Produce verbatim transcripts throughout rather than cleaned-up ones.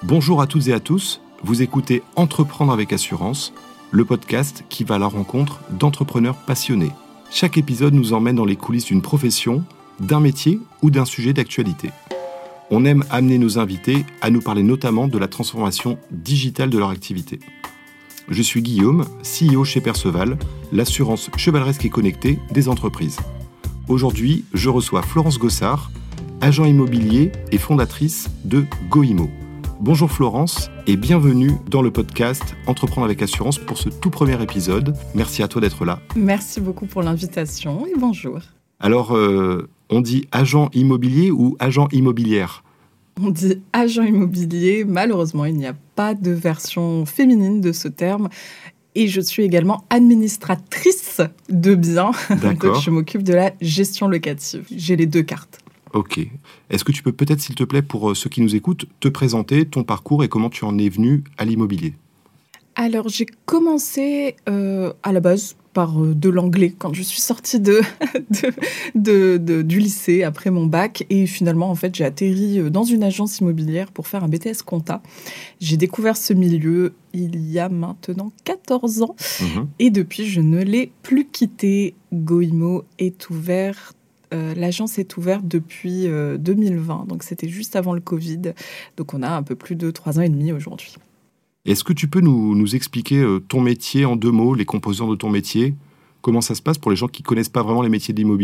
Bonjour à toutes et à tous, vous écoutez Entreprendre avec assurance, le podcast qui va à la rencontre d'entrepreneurs passionnés. Chaque épisode nous emmène dans les coulisses d'une profession, d'un métier ou d'un sujet d'actualité. On aime amener nos invités à nous parler notamment de la transformation digitale de leur activité. Je suis Guillaume, C E O chez Perceval, l'assurance chevaleresque et connectée des entreprises. Aujourd'hui, je reçois Florence Gossard, agent immobilier et fondatrice de Goimo. Bonjour Florence et bienvenue dans le podcast Entreprendre avec assurance pour ce tout premier épisode. Merci à toi d'être là. Merci beaucoup pour l'invitation et bonjour. Alors, euh, on dit agent immobilier ou agent immobilière ? On dit agent immobilier. Malheureusement, il n'y a pas de version féminine de ce terme. Et je suis également administratrice de biens. D'accord. Donc, je m'occupe de la gestion locative. J'ai les deux cartes. Ok. Est-ce que tu peux peut-être, s'il te plaît, pour ceux qui nous écoutent, te présenter ton parcours et comment tu en es venu à l'immobilier ? Alors, j'ai commencé euh, à la base par euh, de l'anglais quand je suis sortie de, de, de, de, du lycée après mon bac. Et finalement, en fait, j'ai atterri dans une agence immobilière pour faire un B T S compta. J'ai découvert ce milieu il y a maintenant quatorze ans. Mmh. Et depuis, je ne l'ai plus quitté. Goimo est ouvert. Euh, l'agence est ouverte depuis euh, deux mille vingt, donc c'était juste avant le Covid. Donc on a un peu plus de trois ans et demi aujourd'hui. Est-ce que tu peux nous, nous expliquer euh, ton métier en deux mots, les composants de ton métier ? Comment ça se passe pour les gens qui ne connaissent pas vraiment les métiers de l'immobilier ?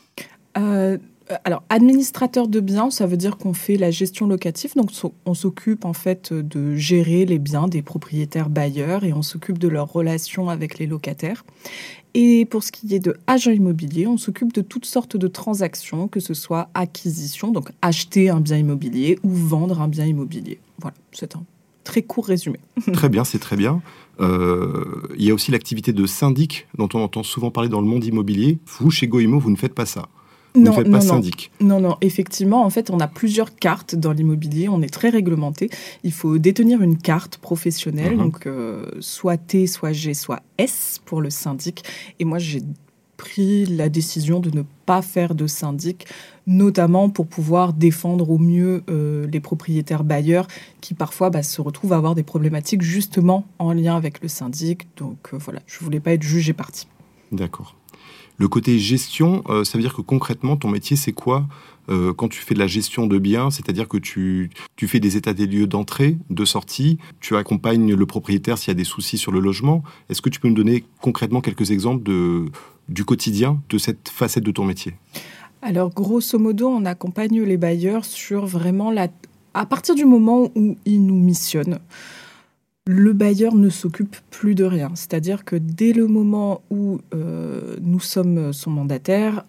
euh, Alors, administrateur de biens, ça veut dire qu'on fait la gestion locative. Donc on s'occupe en fait de gérer les biens des propriétaires bailleurs et on s'occupe de leurs relations avec les locataires. Et pour ce qui est de agent immobilier, on s'occupe de toutes sortes de transactions, que ce soit acquisition, donc acheter un bien immobilier ou vendre un bien immobilier. Voilà, c'est un très court résumé. Très bien, c'est très bien. Euh, il y a aussi l'activité de syndic dont on entend souvent parler dans le monde immobilier. Vous, chez Goimo, vous ne faites pas ça. Vous non, ne faites non, pas non. syndic. Non, non. Effectivement, en fait, on a plusieurs cartes dans l'immobilier. On est très réglementé. Il faut détenir une carte professionnelle, mmh. donc euh, soit T, soit G, soit S pour le syndic. Et moi, j'ai pris la décision de ne pas faire de syndic, notamment pour pouvoir défendre au mieux euh, les propriétaires bailleurs qui parfois bah, se retrouvent à avoir des problématiques justement en lien avec le syndic. Donc euh, voilà, je ne voulais pas être jugée partie. D'accord. Le côté gestion, euh, ça veut dire que concrètement, ton métier, c'est quoi euh, quand tu fais de la gestion de biens ? C'est-à-dire que tu, tu fais des états des lieux d'entrée, de sortie, tu accompagnes le propriétaire s'il y a des soucis sur le logement. Est-ce que tu peux nous donner concrètement quelques exemples de, du quotidien de cette facette de ton métier ? Alors, grosso modo, on accompagne les bailleurs sur vraiment la... à partir du moment où ils nous missionnent. Le bailleur ne s'occupe plus de rien. C'est-à-dire que dès le moment où euh, nous sommes son mandataire,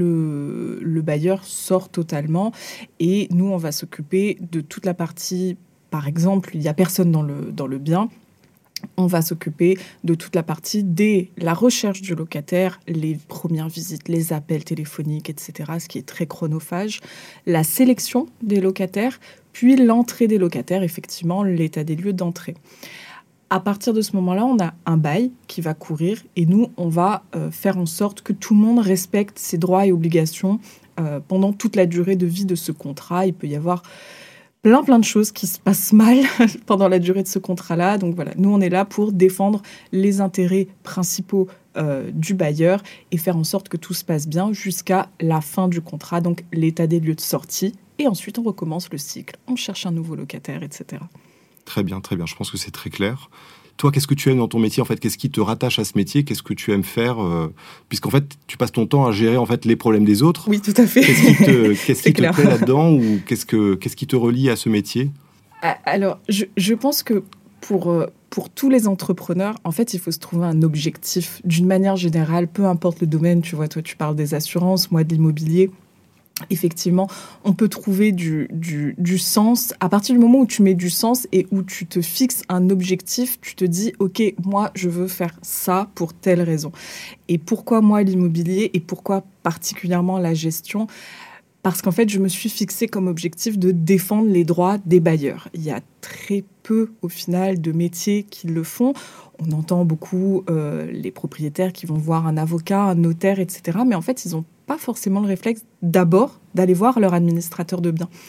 le, le bailleur sort totalement et nous, on va s'occuper de toute la partie, par exemple, il n'y a personne dans le, dans le bien. On va s'occuper de toute la partie dès la recherche du locataire, les premières visites, les appels téléphoniques, et cetera, ce qui est très chronophage, la sélection des locataires, puis l'entrée des locataires, effectivement, l'état des lieux d'entrée. À partir de ce moment-là, on a un bail qui va courir et nous, on va euh, faire en sorte que tout le monde respecte ses droits et obligations euh, pendant toute la durée de vie de ce contrat. Il peut y avoir plein, plein de choses qui se passent mal pendant la durée de ce contrat-là. Donc voilà, nous, on est là pour défendre les intérêts principaux euh, du bailleur et faire en sorte que tout se passe bien jusqu'à la fin du contrat, donc l'état des lieux de sortie. Et ensuite, on recommence le cycle. On cherche un nouveau locataire, et cetera. Très bien, très bien. Je pense que c'est très clair. Toi, qu'est-ce que tu aimes dans ton métier ? En fait, qu'est-ce qui te rattache à ce métier ? Qu'est-ce que tu aimes faire euh, puisqu'en fait, tu passes ton temps à gérer en fait les problèmes des autres. Oui, tout à fait. Qu'est-ce qui te, qu'est-ce qui te plaît là-dedans ou qu'est-ce que, qu'est-ce qui te relie à ce métier ? Alors, je, je pense que pour, pour tous les entrepreneurs, en fait, il faut se trouver un objectif. D'une manière générale, peu importe le domaine, tu vois, toi, tu parles des assurances, moi de l'immobilier. Effectivement, on peut trouver du, du, du sens. À partir du moment où tu mets du sens et où tu te fixes un objectif, tu te dis « Ok, moi, je veux faire ça pour telle raison. » Et pourquoi moi l'immobilier et pourquoi particulièrement la gestion ? Parce qu'en fait, je me suis fixée comme objectif de défendre les droits des bailleurs. Il y a très peu, au final, de métiers qui le font. On entend beaucoup euh, les propriétaires qui vont voir un avocat, un notaire, et cetera. Mais en fait, ils ont pas forcément le réflexe d'abord d'aller voir leur administrateur de biens.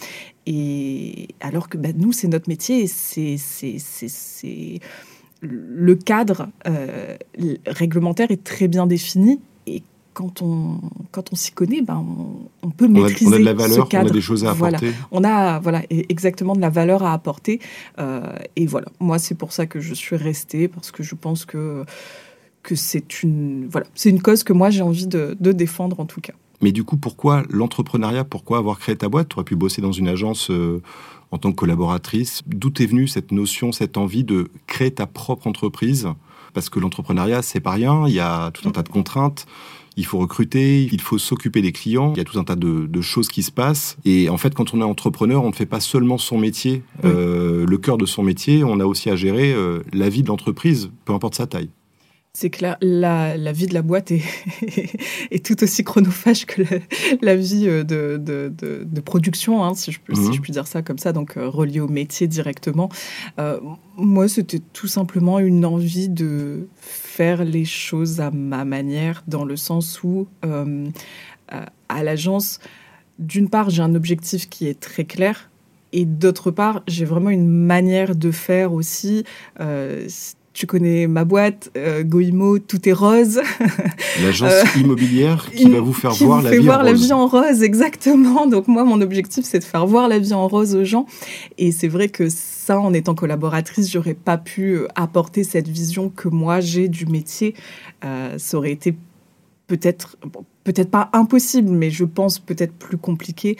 Et alors que bah, nous, c'est notre métier, et c'est, c'est, c'est, c'est... le cadre euh, réglementaire est très bien défini. Et quand on, quand on s'y connaît, ben, on, on peut on maîtriser a, on a de la valeur, ce cadre. On a des choses à apporter. Voilà. On a voilà, exactement de la valeur à apporter. Euh, et voilà, moi, c'est pour ça que je suis restée, parce que je pense que, que c'est, une, voilà, c'est une cause que moi, j'ai envie de, de défendre, en tout cas. Mais du coup, pourquoi l'entrepreneuriat ? Pourquoi avoir créé ta boîte ? Tu aurais pu bosser dans une agence euh, en tant que collaboratrice. D'où est venue cette notion, cette envie de créer ta propre entreprise ? Parce que l'entrepreneuriat, c'est pas rien. Il y a tout un tas de contraintes. Il faut recruter, il faut s'occuper des clients. Il y a tout un tas de, de choses qui se passent. Et en fait, quand on est entrepreneur, on ne fait pas seulement son métier, oui. euh, le cœur de son métier. On a aussi à gérer euh, la vie de l'entreprise, peu importe sa taille. C'est clair, la, la vie de la boîte est, est tout aussi chronophage que la, la vie de, de, de, de production, hein, si, je peux, mmh. si je puis dire ça comme ça, donc euh, relié au métier directement. Euh, moi, c'était tout simplement une envie de faire les choses à ma manière, dans le sens où, euh, à l'agence, d'une part, j'ai un objectif qui est très clair, et d'autre part, j'ai vraiment une manière de faire aussi. Euh, Tu connais ma boîte, euh, Goimo, tout est rose. L'agence euh, immobilière qui va vous faire qui voir, vous la, fait vie voir en la rose. vie en rose, exactement. Donc moi, mon objectif, c'est de faire voir la vie en rose aux gens. Et c'est vrai que ça, en étant collaboratrice, j'aurais pas pu apporter cette vision que moi, j'ai du métier. Euh, ça aurait été peut-être, bon, peut-être pas impossible, mais je pense peut-être plus compliqué.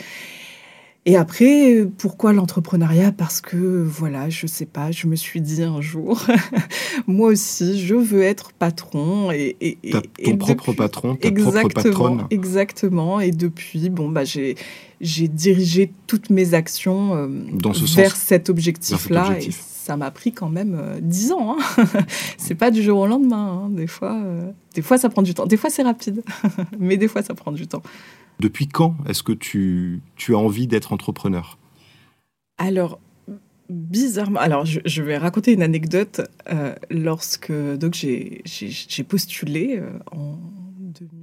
Et après, pourquoi l'entrepreneuriat ? Parce que, voilà, je sais pas, je me suis dit un jour, moi aussi, je veux être patron. Et, et, T'as et ton et propre depuis, patron, ta propre patronne. Exactement. Et depuis, bon, bah, j'ai, j'ai dirigé toutes mes actions euh, Dans ce vers, sens, cet objectif-là. vers cet objectif. Et ça m'a pris quand même euh, dix ans. Hein. C'est pas du jour au lendemain. Hein. Des fois, euh, des fois, ça prend du temps. Des fois, c'est rapide. Mais des fois, ça prend du temps. Depuis quand est-ce que tu, tu as envie d'être entrepreneur ? Alors, bizarrement... Alors, je, je vais raconter une anecdote. Euh, lorsque donc, j'ai, j'ai, j'ai postulé euh, en deux mille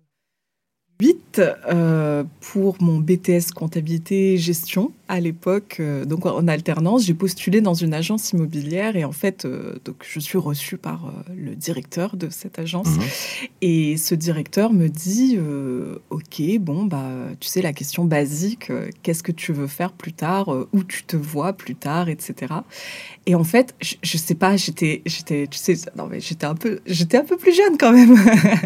huit euh, pour mon B T S comptabilité et gestion à l'époque, euh, donc en alternance. J'ai postulé dans une agence immobilière et en fait, euh, donc, je suis reçue par euh, le directeur de cette agence. Mmh. Et ce directeur me dit euh, « Ok, bon, bah, tu sais, la question basique, euh, qu'est-ce que tu veux faire plus tard, euh, où tu te vois plus tard, et cetera » Et en fait, je, je sais pas, j'étais, j'étais, tu sais, non mais j'étais un peu, j'étais un peu plus jeune quand même.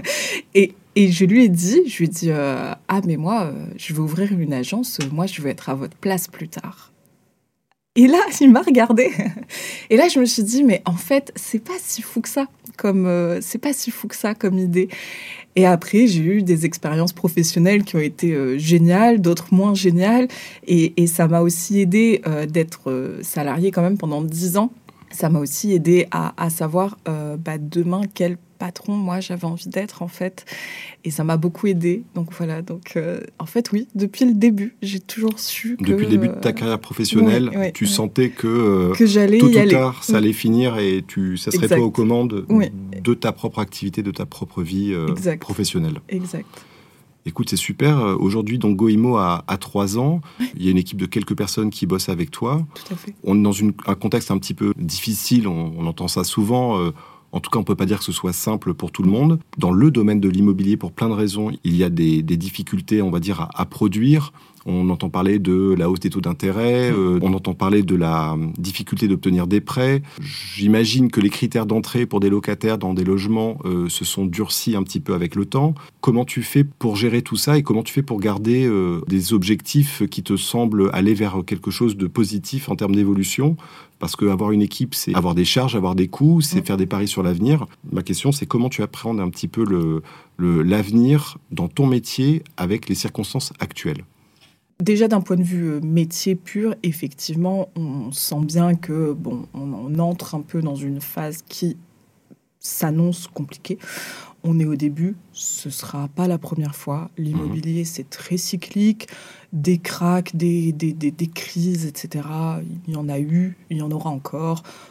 et Et je lui ai dit, je lui ai dit, euh, ah mais moi, euh, je veux ouvrir une agence, euh, moi je veux être à votre place plus tard. Et là, il m'a regardé. Et là, je me suis dit, mais en fait, c'est pas si fou que ça, comme euh, c'est pas si fou que ça comme idée. Et après, j'ai eu des expériences professionnelles qui ont été euh, géniales, d'autres moins géniales, et, et ça m'a aussi aidé euh, d'être euh, salariée quand même pendant dix ans. Ça m'a aussi aidé à, à savoir euh, bah, demain quel patron moi j'avais envie d'être en fait, et ça m'a beaucoup aidé. Donc voilà, donc euh, en fait oui, depuis le début j'ai toujours su que depuis le début de ta carrière professionnelle, oui, oui, tu oui. sentais que, euh, que j'allais tôt y ou aller. tard ça allait finir et tu ça serait exact. toi aux commandes oui. de ta propre activité, de ta propre vie euh, exact. professionnelle. Exact. Écoute, c'est super. Aujourd'hui, donc Goimo a, a trois ans. Il y a une équipe de quelques personnes qui bossent avec toi. Tout à fait. On est dans une, un contexte un petit peu difficile. On, on entend ça souvent. Euh, en tout cas, on ne peut pas dire que ce soit simple pour tout le monde. Dans le domaine de l'immobilier, pour plein de raisons, il y a des, des difficultés, on va dire, à, à produire. On entend parler de la hausse des taux d'intérêt, euh, on entend parler de la difficulté d'obtenir des prêts. J'imagine que les critères d'entrée pour des locataires dans des logements euh, se sont durcis un petit peu avec le temps. Comment tu fais pour gérer tout ça et comment tu fais pour garder euh, des objectifs qui te semblent aller vers quelque chose de positif en termes d'évolution ? Parce qu'avoir une équipe, c'est avoir des charges, avoir des coûts, c'est mmh. faire des paris sur l'avenir. Ma question, c'est comment tu appréhendes un petit peu le, le, l'avenir dans ton métier avec les circonstances actuelles ? Déjà, d'un point de vue métier pur, effectivement, on sent bien que bon, on, on entre un peu dans une phase qui s'annonce compliquée. On est au début, ce ne sera pas la première fois. L'immobilier, mmh. c'est très cyclique. Des cracks, des, des, des, des crises, et cetera. Il y en a eu, il y en aura encore.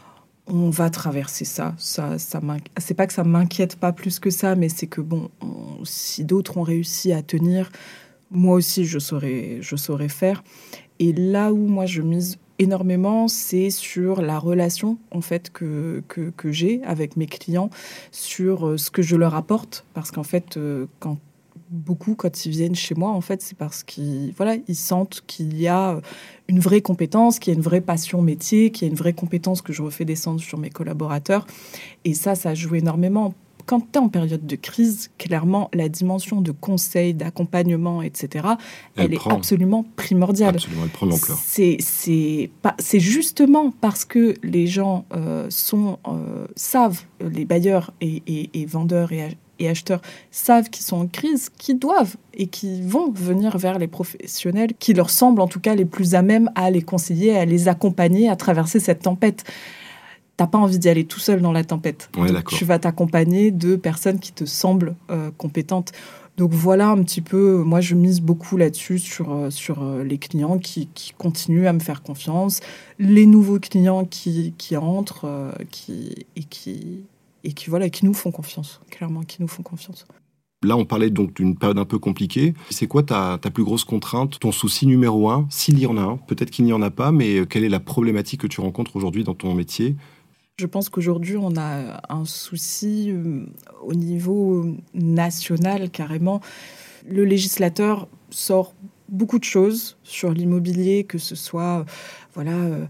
On va traverser ça. ça, ça c'est pas que ça m'inquiète pas plus que ça, mais c'est que bon, on, si d'autres ont réussi à tenir, moi aussi je saurais, je saurais faire. Et là où moi je mise énormément, c'est sur la relation en fait que, que, que j'ai avec mes clients, sur ce que je leur apporte, parce qu'en fait, quand beaucoup, quand ils viennent chez moi, en fait, c'est parce qu'ils voilà, ils sentent qu'il y a une vraie compétence, qu'il y a une vraie passion métier, qu'il y a une vraie compétence que je refais descendre sur mes collaborateurs. Et ça, ça joue énormément. Quand tu es en période de crise, clairement, la dimension de conseil, d'accompagnement, et cetera, elle, elle est prend, absolument primordiale. Absolument, elle prend de l'ampleur. C'est, c'est, pas, c'est justement parce que les gens euh, sont, euh, savent, les bailleurs et, et, et vendeurs et et acheteurs savent qu'ils sont en crise, qu'ils doivent et qui vont venir vers les professionnels qui leur semblent en tout cas les plus à même à les conseiller, à les accompagner à traverser cette tempête. T'as pas envie d'y aller tout seul dans la tempête. Ouais, Donc, tu vas t'accompagner de personnes qui te semblent euh, compétentes. Donc voilà un petit peu, moi je mise beaucoup là-dessus sur, euh, sur euh, les clients qui, qui continuent à me faire confiance, les nouveaux clients qui, qui entrent euh, qui, et qui... et qui, voilà, qui nous font confiance, clairement, qui nous font confiance. Là, on parlait donc d'une période un peu compliquée. C'est quoi ta, ta plus grosse contrainte, ton souci numéro un, s'il y en a un? Peut-être qu'il n'y en a pas, mais quelle est la problématique que tu rencontres aujourd'hui dans ton métier? Je pense qu'aujourd'hui, on a un souci euh, au niveau national, carrément. Le législateur sort beaucoup de choses sur l'immobilier, que ce soit... Euh, voilà... Euh,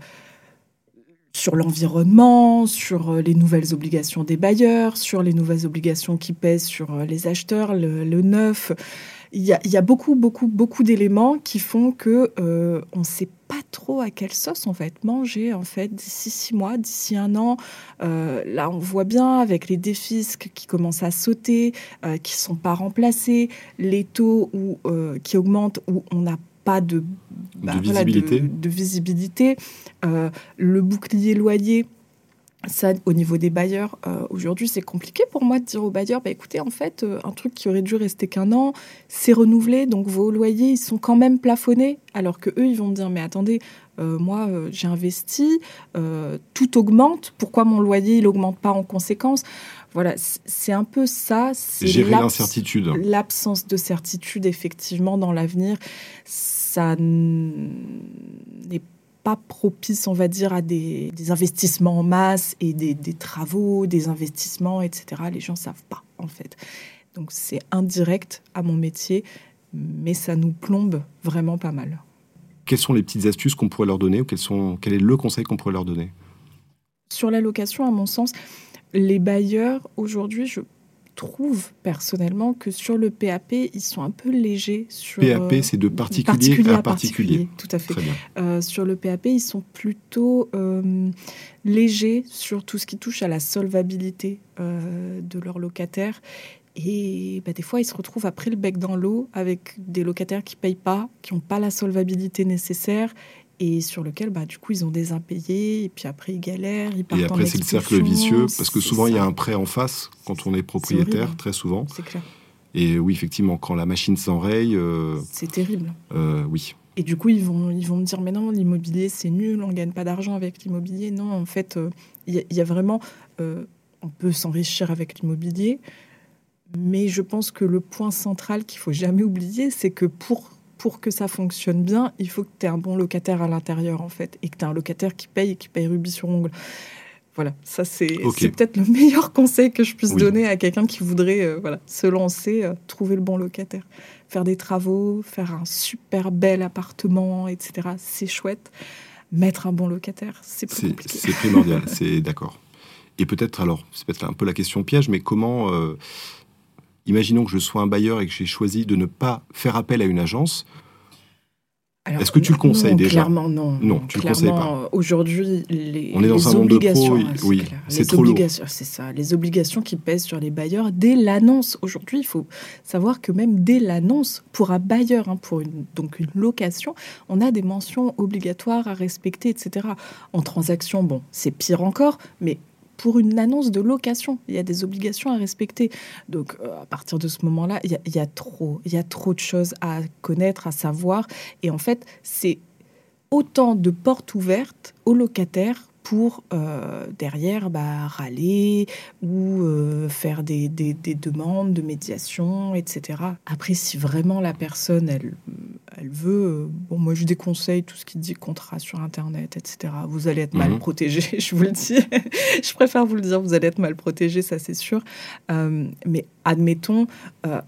sur l'environnement, sur les nouvelles obligations des bailleurs, sur les nouvelles obligations qui pèsent sur les acheteurs, le, le neuf. Il y a, il y a beaucoup, beaucoup, beaucoup d'éléments qui font que euh, on ne sait pas trop à quelle sauce on va être mangé en fait d'ici six mois, d'ici un an. Euh, là, on voit bien avec les défisques qui commencent à sauter, euh, qui ne sont pas remplacés, les taux où, euh, qui augmentent où on n'a pas de, bah, de visibilité. Voilà, de, de visibilité. Euh, le bouclier loyer, ça, au niveau des bailleurs, euh, aujourd'hui, c'est compliqué pour moi de dire aux bailleurs, bah, écoutez, en fait, euh, un truc qui aurait dû rester qu'un an, c'est renouvelé, donc vos loyers, ils sont quand même plafonnés, alors qu'eux, ils vont me dire, mais attendez, euh, moi, euh, j'ai investi, euh, tout augmente, pourquoi mon loyer, il n'augmente pas en conséquence ? Voilà, c'est un peu ça. C'est gérer l'incertitude. L'absence de certitude, effectivement, dans l'avenir, ça n'est pas propice, on va dire, à des, des investissements en masse et des, des travaux, des investissements, et cetera. Les gens ne savent pas, en fait. Donc, c'est indirect à mon métier, mais ça nous plombe vraiment pas mal. Quelles sont les petites astuces qu'on pourrait leur donner ou quels sont, quel est le conseil qu'on pourrait leur donner? Sur la location, à mon sens... Les bailleurs, aujourd'hui, je trouve personnellement que sur le P A P, ils sont un peu légers. Sur, P A P, c'est de particulier, particulier à particulier. particulier. Tout à fait. Très bien. Euh, sur le P A P, ils sont plutôt euh, légers sur tout ce qui touche à la solvabilité euh, de leurs locataires. Et bah, des fois, ils se retrouvent après le bec dans l'eau avec des locataires qui ne payent pas, qui n'ont pas la solvabilité nécessaire et sur lequel, bah, du coup, ils ont des impayés, et puis après, ils galèrent, ils partent en expulsion. Et après, c'est le cercle vicieux, parce que souvent, il y a un prêt en face, quand on est propriétaire, c'est très souvent. C'est clair. Et oui, effectivement, quand la machine s'enraye... Euh, c'est terrible. Euh, oui. Et du coup, ils vont, ils vont me dire, mais non, l'immobilier, c'est nul, on ne gagne pas d'argent avec l'immobilier. Non, en fait, il euh, y, y a vraiment... Euh, on peut s'enrichir avec l'immobilier, mais je pense que le point central qu'il ne faut jamais oublier, c'est que pour... pour que ça fonctionne bien, il faut que tu aies un bon locataire à l'intérieur, en fait, et que tu aies un locataire qui paye et qui paye rubis sur ongle. Voilà, ça, c'est, okay. c'est peut-être le meilleur conseil que je puisse oui. donner à quelqu'un qui voudrait euh, voilà, se lancer, euh, trouver le bon locataire. Faire des travaux, faire un super bel appartement, et cetera. C'est chouette. Mettre un bon locataire, c'est plus c'est, compliqué. C'est primordial, c'est d'accord. Et peut-être, alors, c'est peut-être un peu la question piège, mais comment... Euh, imaginons que je sois un bailleur et que j'ai choisi de ne pas faire appel à une agence. Alors, est-ce que tu le conseilles non, déjà? Clairement, non. Non, tu clairement, le conseilles pas. Aujourd'hui, les, on est dans les un monde de pro, ah, c'est oui, clair. c'est les trop lourd. C'est ça, les obligations qui pèsent sur les bailleurs dès l'annonce. Aujourd'hui, il faut savoir que même dès l'annonce, pour un bailleur, hein, pour une, donc une location, on a des mentions obligatoires à respecter, et cetera. En transaction, bon, c'est pire encore, mais pour une annonce de location, il y a des obligations à respecter. Donc, euh, à partir de ce moment-là, il y a, il y a trop, il y a trop de choses à connaître, à savoir. Et en fait, c'est autant de portes ouvertes aux locataires pour euh, derrière bah, râler ou euh, faire des, des, des demandes de médiation, et cetera. Après, si vraiment la personne, elle, elle veut, euh, bon, moi je déconseille tout ce qui dit contrat sur Internet, et cetera. Vous allez être mal Mmh. protégé, je vous le dis. Je préfère vous le dire, vous allez être mal protégé, ça c'est sûr. Euh, mais admettons, euh,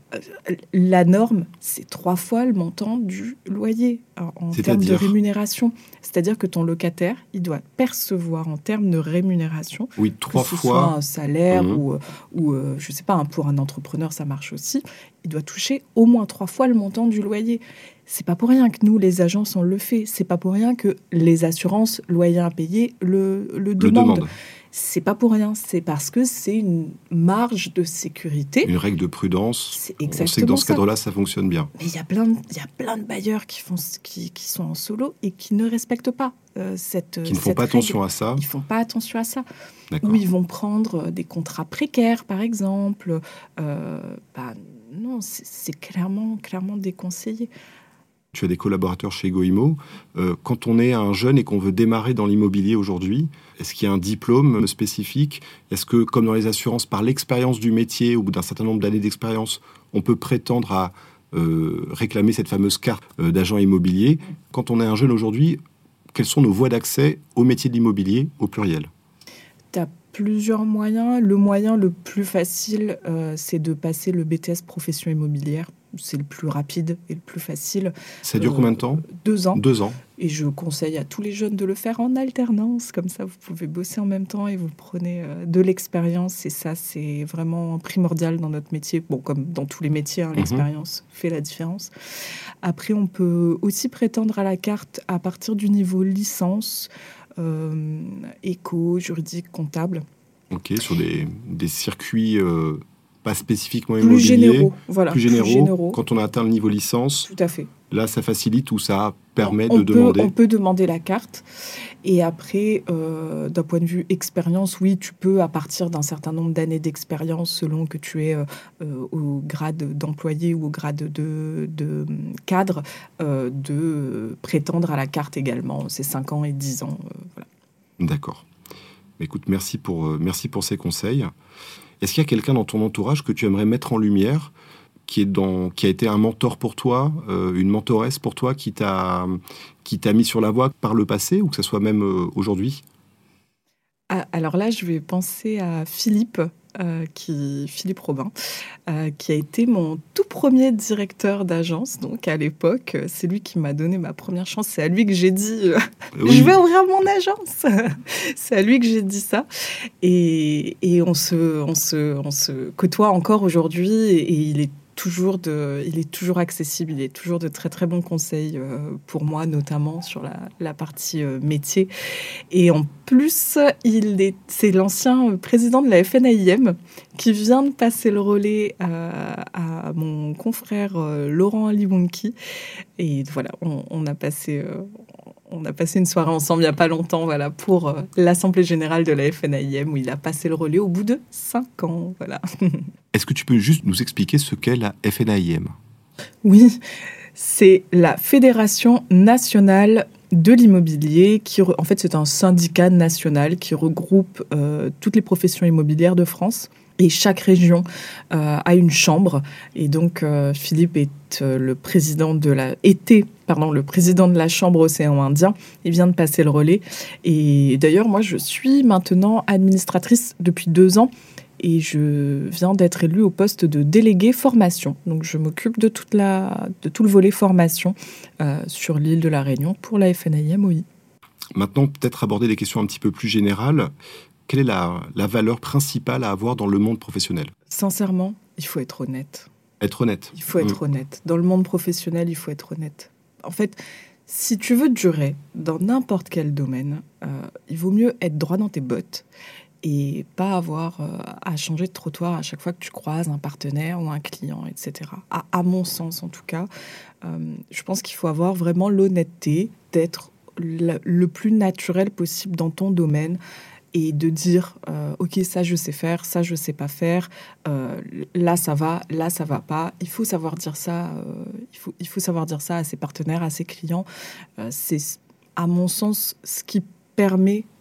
la norme, c'est trois fois le montant du loyer en, en termes de rémunération. C'est-à-dire que ton locataire, il doit percevoir en termes de rémunération, oui, trois que ce fois soit un salaire mmh. ou, ou euh, je ne sais pas, hein, pour un entrepreneur, ça marche aussi. Il doit toucher au moins trois fois le montant du loyer. C'est pas pour rien que nous, les agences, on le fait. C'est pas pour rien que les assurances, loyers impayés, le, le demandent. demande. C'est pas pour rien. C'est parce que c'est une marge de sécurité. Une règle de prudence. C'est On exactement sait que dans ce ça. cadre-là, ça fonctionne bien. Mais il y a plein de, il y a plein de bailleurs qui, font, qui, qui sont en solo et qui ne respectent pas euh, cette Qui ne font cette pas règle. attention à ça. Ils font pas attention à ça. D'accord. Ou ils vont prendre des contrats précaires, par exemple. Euh, bah, non, c'est, c'est clairement, clairement déconseillé. Tu as des collaborateurs chez Goimo. Euh, quand on est un jeune et qu'on veut démarrer dans l'immobilier aujourd'hui, est-ce qu'il y a un diplôme spécifique ? Est-ce que, comme dans les assurances, par l'expérience du métier, au bout d'un certain nombre d'années d'expérience, on peut prétendre à euh, réclamer cette fameuse carte euh, d'agent immobilier ? Quand on est un jeune aujourd'hui, quelles sont nos voies d'accès au métier de l'immobilier, au pluriel ? Tu as plusieurs moyens. Le moyen le plus facile, euh, c'est de passer le B T S profession immobilière. C'est le plus rapide et le plus facile. Ça dure Euh, combien de temps ? Deux ans. Deux ans. Et je conseille à tous les jeunes de le faire en alternance. Comme ça, vous pouvez bosser en même temps et vous prenez euh, de l'expérience. Et ça, c'est vraiment primordial dans notre métier. Bon, comme dans tous les métiers, hein, l'expérience fait la différence. Après, on peut aussi prétendre à la carte à partir du niveau licence, euh, éco, juridique, comptable. Ok, sur des, des circuits euh, pas spécifiquement Plus immobiliers. généraux, voilà. Plus plus généraux. généraux. Quand on a atteint le niveau licence, Tout à fait. là, ça facilite ou ça permet on de peut, demander. On peut demander la carte. Et après, euh, d'un point de vue expérience, oui, tu peux, à partir d'un certain nombre d'années d'expérience, selon que tu es euh, euh, au grade d'employé ou au grade de, de cadre, euh, de prétendre à la carte également. C'est cinq ans et dix ans. Euh, voilà. D'accord. Écoute, merci pour, euh, merci pour ces conseils. Est-ce qu'il y a quelqu'un dans ton entourage que tu aimerais mettre en lumière, qui, est dans, qui a été un mentor pour toi, euh, une mentoresse pour toi, qui t'a, qui t'a mis sur la voie par le passé, ou que ce soit même euh, aujourd'hui ? Ah, alors là, je vais penser à Philippe, euh, qui, Philippe Robin, euh, qui a été mon tout premier directeur d'agence. Donc à l'époque, c'est lui qui m'a donné ma première chance. C'est à lui que j'ai dit euh, oui. Je vais ouvrir mon agence. C'est à lui que j'ai dit ça. Et, et on, se, on, se, on se côtoie encore aujourd'hui. Et, et il est toujours de, il est toujours accessible, il est toujours de très très bons conseils euh, pour moi, notamment sur la, la partie euh, métier. Et en plus, il est, c'est l'ancien président de la F N A I M qui vient de passer le relais à, à mon confrère euh, Laurent Aliwonki. Et voilà, on, on a passé... Euh, On a passé une soirée ensemble il n'y a pas longtemps, voilà, pour euh, l'Assemblée Générale de la F N A I M, où il a passé le relais au bout de cinq ans. Voilà. Est-ce que tu peux juste nous expliquer ce qu'est la F N A I M ? Oui, c'est la Fédération nationale de l'immobilier, qui, en fait, c'est un syndicat national qui regroupe euh, toutes les professions immobilières de France. Et chaque région euh, a une chambre. Et donc, euh, Philippe est euh, le président de la... était, pardon, le président de la Chambre Océan Indien. Il vient de passer le relais. Et d'ailleurs, moi, je suis maintenant administratrice depuis deux ans. Et je viens d'être élue au poste de déléguée formation. Donc, je m'occupe de, toute la, de tout le volet formation euh, sur l'île de la Réunion pour la F N A I M O I. Maintenant, peut-être aborder des questions un petit peu plus générales. Quelle est la, la valeur principale à avoir dans le monde professionnel ? Sincèrement, il faut être honnête. Être honnête. Il faut être mmh. honnête. Dans le monde professionnel, il faut être honnête. En fait, si tu veux durer dans n'importe quel domaine, euh, il vaut mieux être droit dans tes bottes et pas avoir euh, à changer de trottoir à chaque fois que tu croises un partenaire ou un client, et cetera. À, à mon sens, en tout cas, euh, je pense qu'il faut avoir vraiment l'honnêteté d'être le, le plus naturel possible dans ton domaine et de dire euh, ok, ça je sais faire, ça je sais pas faire, euh, là ça va, là ça va pas. Il faut savoir dire ça. Euh, il faut il faut savoir dire ça à ses partenaires, à ses clients. Euh, c'est à mon sens ce qui permet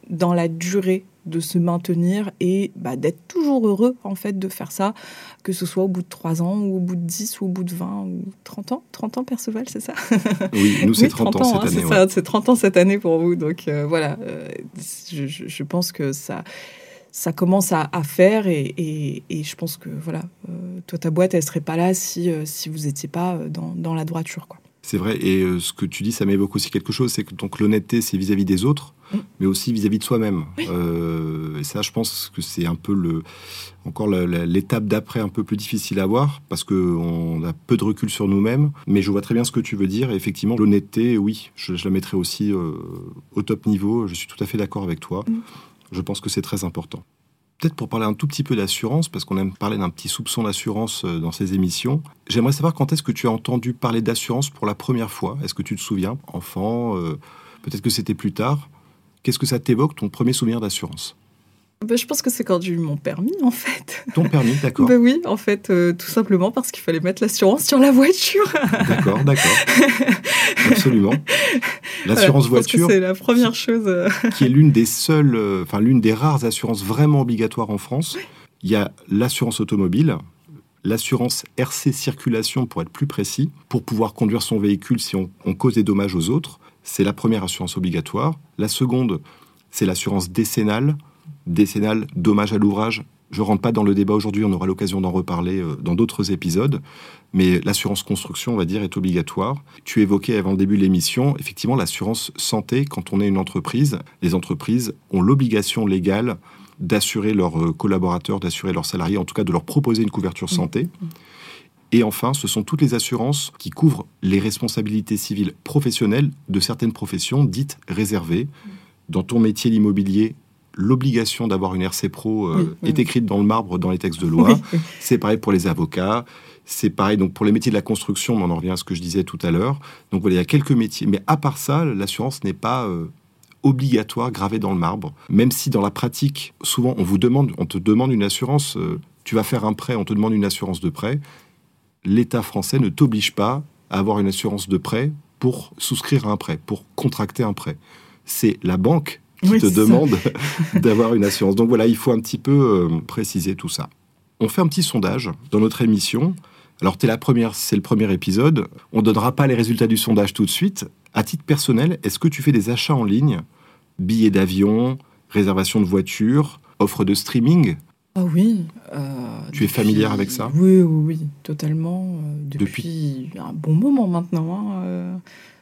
dans la durée de se maintenir et bah, d'être toujours heureux en fait de faire ça, que ce soit au bout de trois ans ou au bout de dix ou au bout de vingt ou trente ans. trente ans, Perceval, c'est ça? Oui, nous c'est oui, trente, trente ans, ans cette hein, année. C'est, ouais. ça, c'est trente ans cette année pour vous. Donc euh, voilà, euh, je, je, je pense que ça, ça commence à, à faire et, et, et je pense que voilà, euh, toi ta boîte elle serait pas là si, euh, si vous n'étiez pas dans, dans la droiture, quoi. C'est vrai, et euh, ce que tu dis, ça m'évoque aussi quelque chose, c'est que donc l'honnêteté, c'est vis-à-vis des autres, mmh. mais aussi vis-à-vis de soi-même. Oui. Euh, et ça, je pense que c'est un peu le, encore la, la, l'étape d'après un peu plus difficile à avoir, parce qu'on a peu de recul sur nous-mêmes, mais je vois très bien ce que tu veux dire, et effectivement, l'honnêteté, oui, je, je la mettrai aussi euh, au top niveau, je suis tout à fait d'accord avec toi, mmh. je pense que c'est très important. Peut-être pour parler un tout petit peu d'assurance, parce qu'on aime parler d'un petit soupçon d'assurance dans ces émissions. J'aimerais savoir quand est-ce que tu as entendu parler d'assurance pour la première fois. Est-ce que tu te souviens, enfant, euh, peut-être que c'était plus tard. Qu'est-ce que ça t'évoque, ton premier souvenir d'assurance ? Ben, je pense que c'est quand j'ai eu mon permis, en fait. Ton permis, d'accord. Ben oui, en fait, euh, tout simplement parce qu'il fallait mettre l'assurance sur la voiture. D'accord, d'accord. Absolument. L'assurance voilà, je voiture, pense que c'est la première chose. Euh... qui est l'une des seules, enfin euh, l'une des rares assurances vraiment obligatoires en France. Il y a l'assurance automobile, l'assurance R C circulation pour être plus précis, pour pouvoir conduire son véhicule si on, on cause des dommages aux autres. C'est la première assurance obligatoire. La seconde, c'est l'assurance décennale. Décennale, dommage à l'ouvrage. Je ne rentre pas dans le débat aujourd'hui, on aura l'occasion d'en reparler euh, dans d'autres épisodes. Mais l'assurance construction, on va dire, est obligatoire. Tu évoquais avant le début de l'émission, effectivement, l'assurance santé, quand on est une entreprise, les entreprises ont l'obligation légale d'assurer leurs collaborateurs, d'assurer leurs salariés, en tout cas de leur proposer une couverture santé. Mmh. Et enfin, ce sont toutes les assurances qui couvrent les responsabilités civiles professionnelles de certaines professions dites réservées. Dans ton métier, l'immobilier, l'obligation d'avoir une R C Pro euh, oui, oui. est écrite dans le marbre dans les textes de loi. Oui, oui. C'est pareil pour les avocats. C'est pareil donc pour les métiers de la construction, mais on en revient à ce que je disais tout à l'heure. Donc voilà, il y a quelques métiers. Mais à part ça, l'assurance n'est pas euh, obligatoire, gravée dans le marbre. Même si dans la pratique, souvent, on vous demande, on te demande une assurance. Euh, tu vas faire un prêt, on te demande une assurance de prêt. L'État français ne t'oblige pas à avoir une assurance de prêt pour souscrire à un prêt, pour contracter un prêt. C'est la banque qui oui, te demande d'avoir une assurance. Donc voilà, il faut un petit peu euh, préciser tout ça. On fait un petit sondage dans notre émission. Alors, t'es la première, c'est le premier épisode. On ne donnera pas les résultats du sondage tout de suite. À titre personnel, est-ce que tu fais des achats en ligne ? Billets d'avion, réservation de voiture, offre de streaming ? Ah oui. Euh, tu depuis... es familière avec ça ? Oui, oui, oui, totalement. Euh, depuis, depuis un bon moment maintenant. Hein, euh...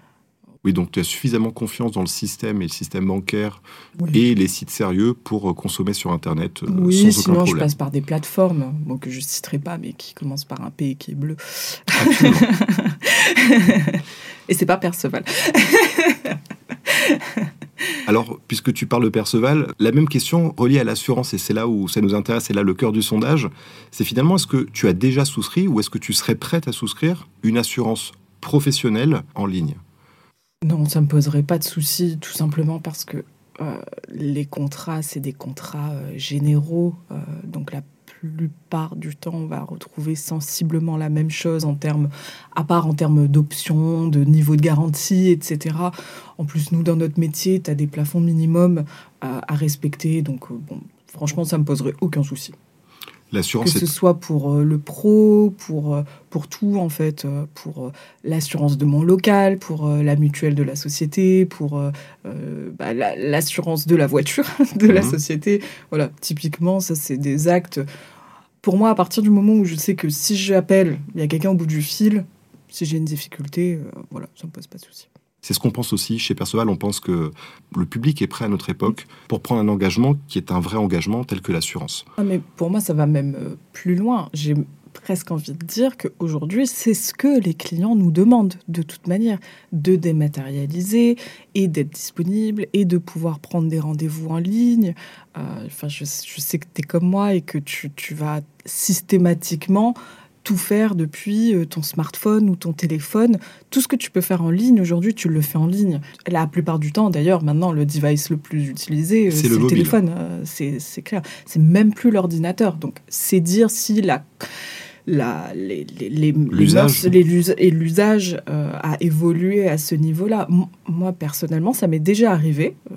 Oui, donc tu as suffisamment confiance dans le système et le système bancaire oui. et les sites sérieux pour consommer sur Internet euh, oui, sans aucun sinon problème. Je passe par des plateformes bon, que je ne citerai pas, mais qui commencent par un P et qui est bleu. Absolument. Et c'est pas Perceval. Alors, puisque tu parles de Perceval, la même question reliée à l'assurance, et c'est là où ça nous intéresse, c'est là le cœur du sondage, c'est finalement, est-ce que tu as déjà souscrit ou est-ce que tu serais prête à souscrire une assurance professionnelle en ligne ? Non, ça ne me poserait pas de souci, tout simplement parce que euh, les contrats, c'est des contrats euh, généraux. Euh, donc la plupart du temps, on va retrouver sensiblement la même chose, en termes, à part en termes d'options, de niveau de garantie, et cetera. En plus, nous, dans notre métier, tu as des plafonds minimums euh, à respecter. Donc, euh, bon, franchement, ça ne me poserait aucun souci. L'assurance que ce est... soit pour euh, le pro, pour, euh, pour tout en fait, euh, pour euh, l'assurance de mon local, pour euh, la mutuelle de la société, pour euh, euh, bah, la, l'assurance de la voiture de mmh. la société. Voilà, typiquement, ça c'est des actes. Pour moi, à partir du moment où je sais que si j'appelle, il y a quelqu'un au bout du fil, si j'ai une difficulté, euh, voilà, ça me pose pas de souci. C'est ce qu'on pense aussi chez Perceval. On pense que le public est prêt à notre époque pour prendre un engagement qui est un vrai engagement tel que l'assurance. Ah, mais pour moi, ça va même plus loin. J'ai presque envie de dire qu'aujourd'hui, c'est ce que les clients nous demandent de toute manière, de dématérialiser et d'être disponible et de pouvoir prendre des rendez-vous en ligne. Euh, enfin, je, je sais que tu es comme moi et que tu, tu vas systématiquement tout faire depuis ton smartphone ou ton téléphone. Tout ce que tu peux faire en ligne, aujourd'hui, tu le fais en ligne. La plupart du temps, d'ailleurs, maintenant, le device le plus utilisé, c'est, c'est le, le téléphone. C'est, c'est clair. C'est même plus l'ordinateur. Donc, c'est dire si la... La, les, les, les, l'usage. Les mœurs, les, et l'usage euh, a évolué à ce niveau-là. M- moi, personnellement, ça m'est déjà arrivé, euh,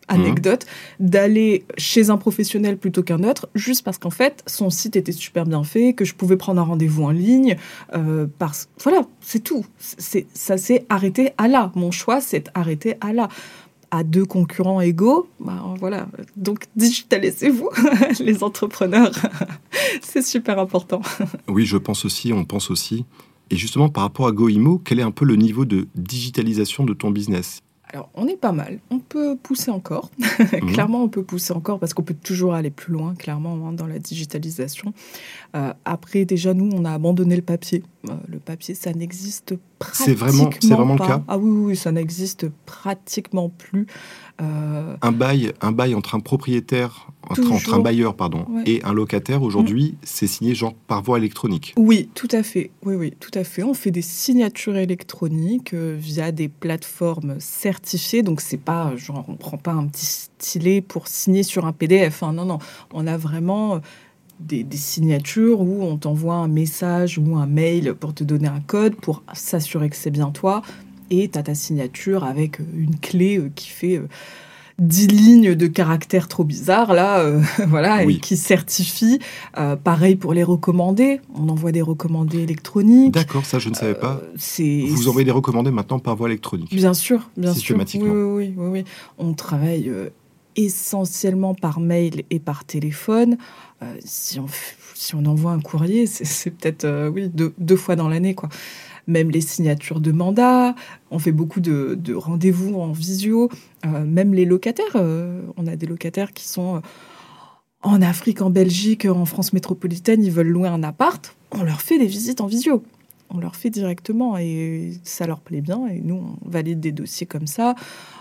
anecdote, mmh. d'aller chez un professionnel plutôt qu'un autre, juste parce qu'en fait, son site était super bien fait, que je pouvais prendre un rendez-vous en ligne. Euh, parce... Voilà, c'est tout. C'est... Ça s'est arrêté à là. Mon choix s'est arrêté à là. À deux concurrents égaux, bah, voilà. Donc, digitalisez-vous, les entrepreneurs. C'est super important. Oui, je pense aussi, on pense aussi. Et justement, par rapport à Goimo, quel est un peu le niveau de digitalisation de ton business ? Alors, on est pas mal. On peut pousser encore. Mmh. Clairement, on peut pousser encore parce qu'on peut toujours aller plus loin, clairement, hein, dans la digitalisation. Euh, après, déjà, nous, on a abandonné le papier. Euh, le papier, ça n'existe pratiquement c'est vraiment, c'est vraiment pas. le cas ? Ah oui, oui, ça n'existe pratiquement plus. Euh... Un bail, un bail entre un propriétaire, entre, entre un bailleur pardon, ouais. et un locataire, aujourd'hui, mmh. c'est signé genre par voie électronique. Oui, tout à fait. Oui, oui, tout à fait. On fait des signatures électroniques euh, via des plateformes certifiées. Donc, c'est pas, genre, on prend pas un petit stylet pour signer sur un P D F. Hein. Non, non. On a vraiment des, des signatures où on t'envoie un message ou un mail pour te donner un code pour s'assurer que c'est bien toi. Et tu as ta signature avec une clé euh, qui fait euh, dix lignes de caractères trop bizarres, là, euh, voilà, oui. et qui certifie. Euh, pareil pour les recommandés. On envoie des recommandés électroniques. D'accord, ça, je ne savais euh, pas. C'est... Vous envoyez des recommandés maintenant par voie électronique ? Bien sûr, bien systématiquement. sûr. Oui, oui, oui, oui, oui. On travaille euh, essentiellement par mail et par téléphone. Euh, si, on, si on envoie un courrier, c'est, c'est peut-être euh, oui, deux, deux fois dans l'année, quoi. Même les signatures de mandat, on fait beaucoup de, de rendez-vous en visio, euh, même les locataires, euh, on a des locataires qui sont en Afrique, en Belgique, en France métropolitaine, ils veulent louer un appart, on leur fait des visites en visio, on leur fait directement et ça leur plaît bien et nous on valide des dossiers comme ça.